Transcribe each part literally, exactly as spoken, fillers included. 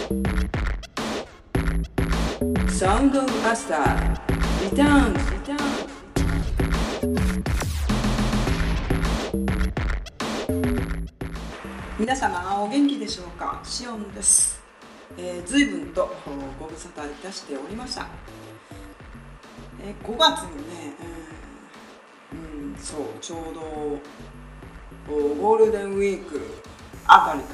サウンドマスターリターンズリターン皆様お元気でしょうか。シオンです。えー、随分とご無沙汰いたしておりました。えー、ごがつのね、えー、うんそうちょうどゴールデンウィークあたりから、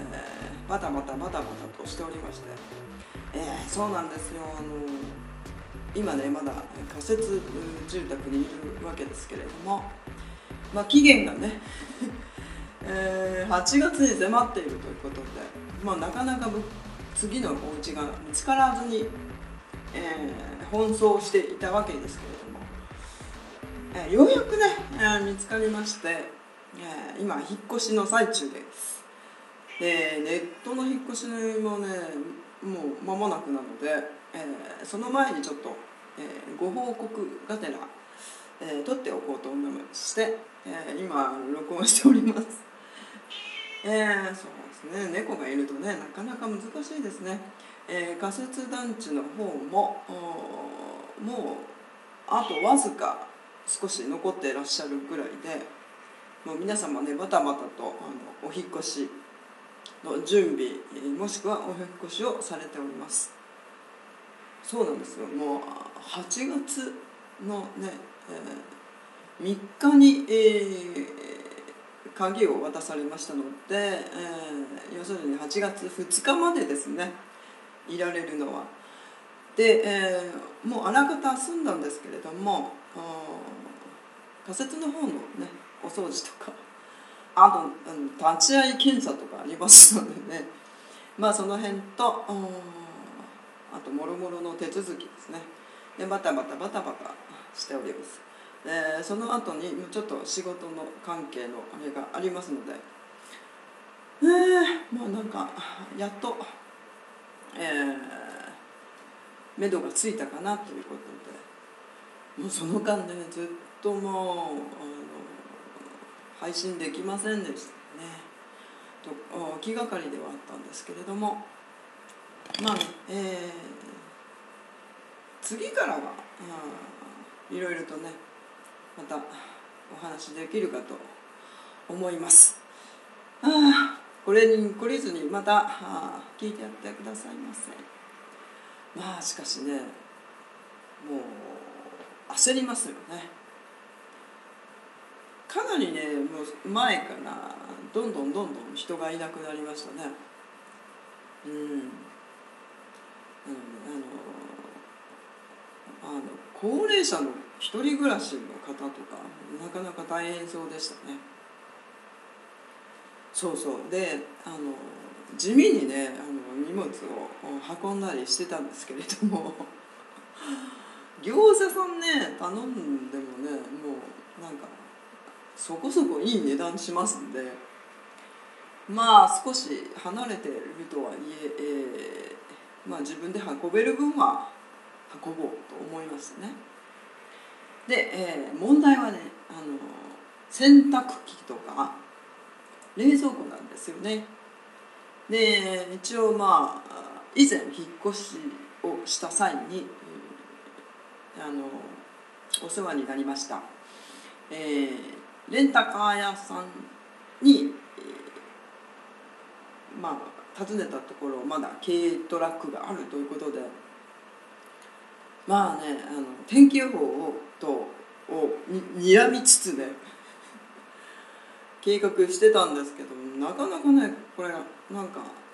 えー、バタバタバタバタとしておりまして、えー、そうなんですよ。あの今ねまだ仮設住宅にいるわけですけれども、まあ、期限がね、えー、はちがつに迫っているということで、まあ、なかなか次のお家が見つからずに、えー、奔走していたわけですけれども、えー、ようやくね、えー、見つかりまして、えー、今引っ越しの最中です。でネットの引っ越しもねもう間もなくなので、えー、その前にちょっと、えー、ご報告がてら、えー、撮っておこうと思いまして、えー、今録音しております。えー、そうですね、猫がいるとねなかなか難しいですね。えー、仮設団地の方ももうあとわずか少し残っていらっしゃるぐらいで、もう皆様ねバタバタとあのお引っ越しの準備もしくはお引っ越しをされております。そうなんですよ。もうはちがつのね、えー、みっかに、えー、鍵を渡されましたので、えー、要するにはちがつふつかまでですねいられるのは。で、えー、もうあらかた済んだんですけれども、仮設の方のねお掃除とかあと立ち会い検査とかありますのでね、まあその辺とあともろもろの手続きですねでバタバタバタバタしております。でその後にちょっと仕事の関係のあれがありますので、えー、まあなんかやっとえー、目処がついたかなということで、もうその間でねずっともうあの配信できませんでしたね。と気がかりではあったんですけれども、まあね、えー、次からは、うん、いろいろとねまたお話できるかと思います。あこれに懲りずにまた聞いてやってくださいませ。まあしかしねもう焦りますよね。かなりねもう前からどんどんどんどん人がいなくなりましたね。うんなのであのあの高齢者の一人暮らしの方とかなかなか大変そうでしたね。そうそうであの地味にねあの荷物を運んだりしてたんですけれども業者さんね頼んでもねもうなんかそこそこいい値段しますんで、まあ少し離れているとはいええー、まあ自分で運べる分は運ぼうと思いましたね。で、えー、問題はねあの洗濯機とか冷蔵庫なんですよね。で一応まあ以前引っ越しをした際にあのお世話になりました、えー、レンタカー屋さんに、えー、まあ訪ねたところまだ軽トラックがあるということで、まあねあの天気予報をとをにらみつつね計画してたんですけど、なかなかねこれなんかあの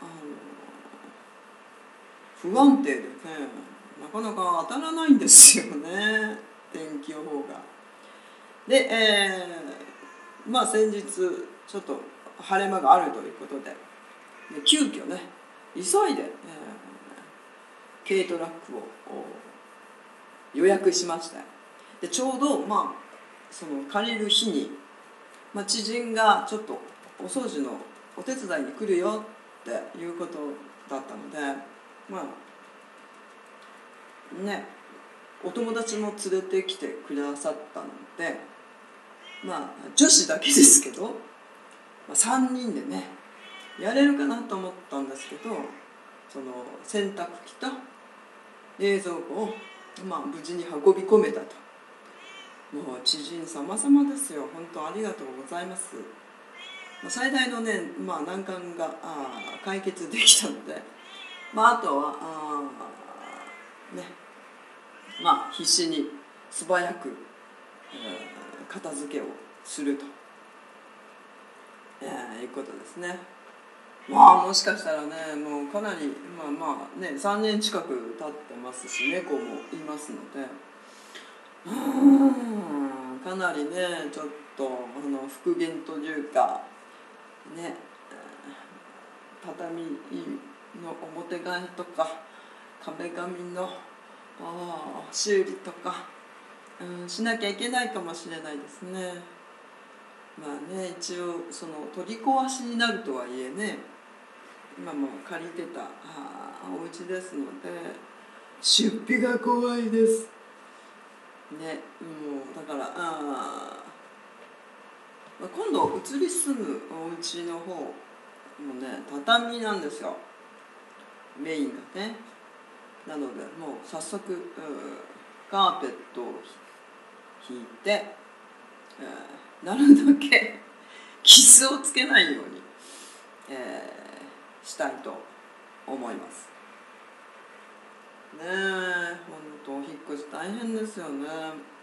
不安定でねなかなか当たらないんですよね天気予報が。で、えー、まあ先日ちょっと晴れ間があるということで、で急遽ね急いで、えー、軽トラックを予約しました。でちょうどまあその借りる日に、まあ、知人がちょっとお掃除のお手伝いに来るよっていうことだったので、まあねお友達も連れてきてくださったので、まあ女子だけですけど、まあ、さんにんでねやれるかなと思ったんですけど、 その洗濯機と冷蔵庫を、まあ、無事に運び込めたと。もう知人様々ですよ。本当ありがとうございます。最大のね、まあ、難関があ解決できたので、まあ、あとはあね、まあ必死に素早く、えー、片付けをすると、えー、いうことですね。まあもしかしたらね、もうかなりまあまあねさんねん近く経ってますし、猫もいますので、うーんかなりねちょっとあの復元というかね、畳の表替えとか壁紙のあ修理とか、うん、しなきゃいけないかもしれないですね。まあね、一応その取り壊しになるとはいえね、今も借りてたあお家ですので出費が怖いですね。もうだからあ今度移り住むお家の方もね畳なんですよ、メインがね。なのでもう早速カーペットを引いて、えー、なるだけ傷をつけないように、えー、したいと思いますね。え本当お引っ越し大変ですよね。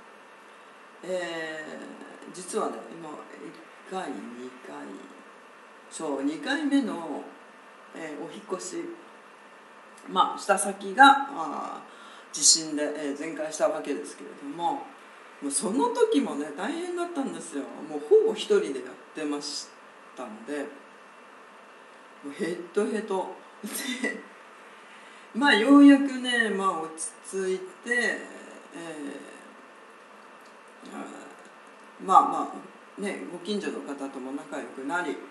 えー、実はね今いっかいにかいそうにかいめの、えー、お引っ越し、まあした先があ地震で、えー、全壊したわけですけれども、もうその時もね大変だったんですよ。もうほぼ一人でやってましたので、もうヘッドヘッドでまあようやくね、まあ、落ち着いて、えー、まあまあねご近所の方とも仲良くなり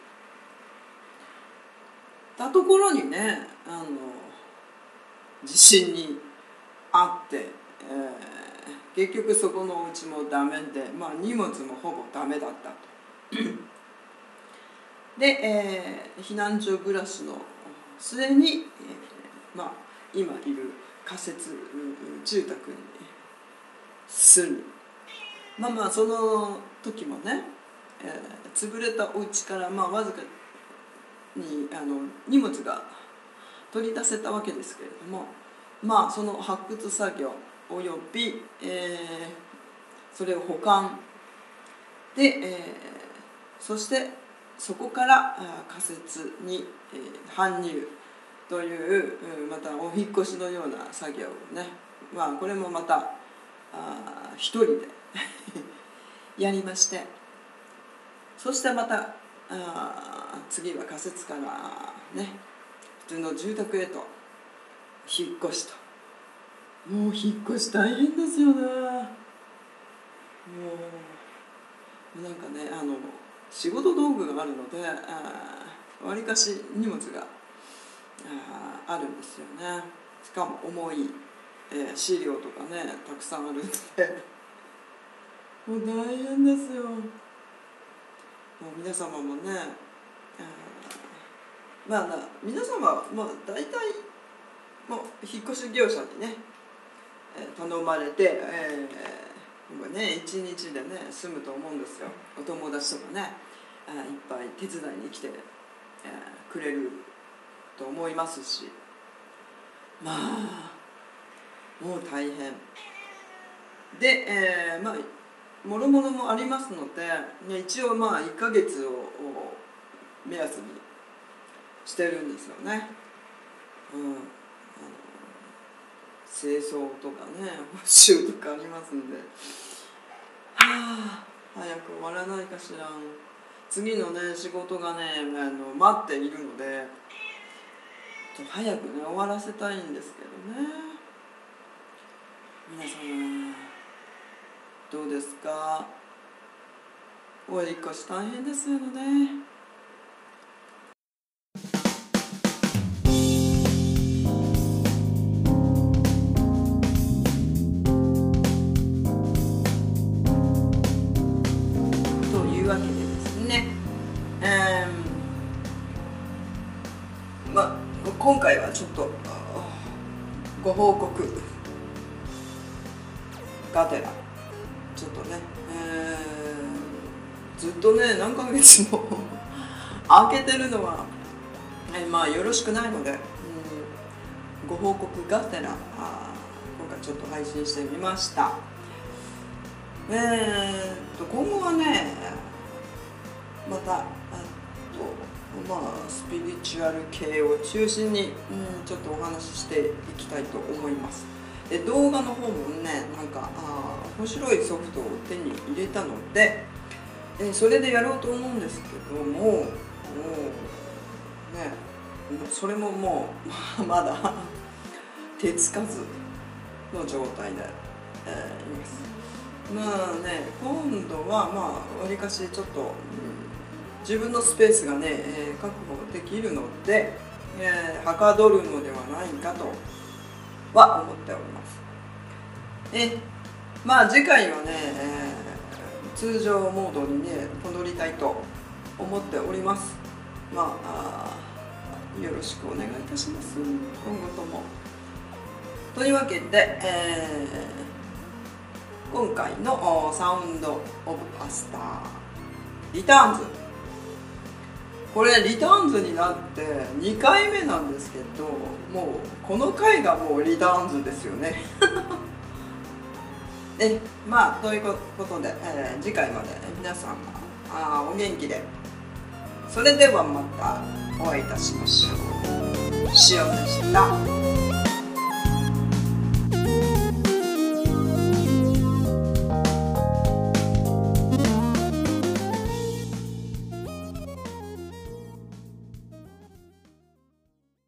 たところにね、あの地震にあって、えー、結局そこのお家もダメで、まあ、荷物もほぼダメだったとで、えー、避難所暮らしの末に、えーまあ、今いる仮設住宅に住み、まあまあその時もね、えー、潰れたお家からまあわずかにあの荷物が取り出せたわけですけれども、まあその発掘作業および、えー、それを保管で、えー、そしてそこから仮設に、えー、搬入というまたお引っ越しのような作業をね、まあこれもまたあ一人でやりまして、そしてまたあ次は仮設からね普通の住宅へと引っ越しと。もう引っ越し大変ですよね。もうなんかねあの仕事道具があるのでわりかし荷物があるんですよね。しかも重い、えー、資料とかねたくさんあるのでもう大変ですよ。もう皆様もね、まあ皆様はもう大体もう引っ越し業者にね頼まれて、えー、もうね一日でね済むと思うんですよ。お友達とかねあいっぱい手伝いに来て、えー、くれると思いますし、まあもう大変で、えー、まあもろもろもありますので一応まあいっかげつを目安にしてるんですよね。うん、あの清掃とかね補修とかありますんで、はあ早く終わらないかしら。次のね仕事がねあの待っているので早くね終わらせたいんですけどね。皆様どうですか。お引っ越し大変ですよね。というわけでですね、えーまあ今回はちょっとご報告がてらちょっとね、えー、ずっとね何ヶ月も開けてるのは、えー、まあよろしくないので、うん、ご報告がてらあ今回ちょっと配信してみました。えー、と今後はねまたあとまあスピリチュアル系を中心に、うん、ちょっとお話ししていきたいと思います。で動画の方もねなんかあ面白いソフトを手に入れたので、えそれでやろうと思うんですけども、もうねそれももうまだ手つかずの状態で、えー、います。まあね今度はまあわりかしちょっと、うん、自分のスペースがね、えー、確保できるので、えー、はかどるのではないかとは思っております。えまあ次回はね、えー、通常モードにね戻りたいと思っております。まあ、あよろしくお願いいたします。今後とも。というわけで、えー、今回のサウンド・オブ・アスターリターンズ、これリターンズになってにかいめなんですけど、もうこの回がもうリターンズですよねえまあということで、えー、次回まで皆さんあお元気で。それではまたお会いいたしましょう。しおんでした。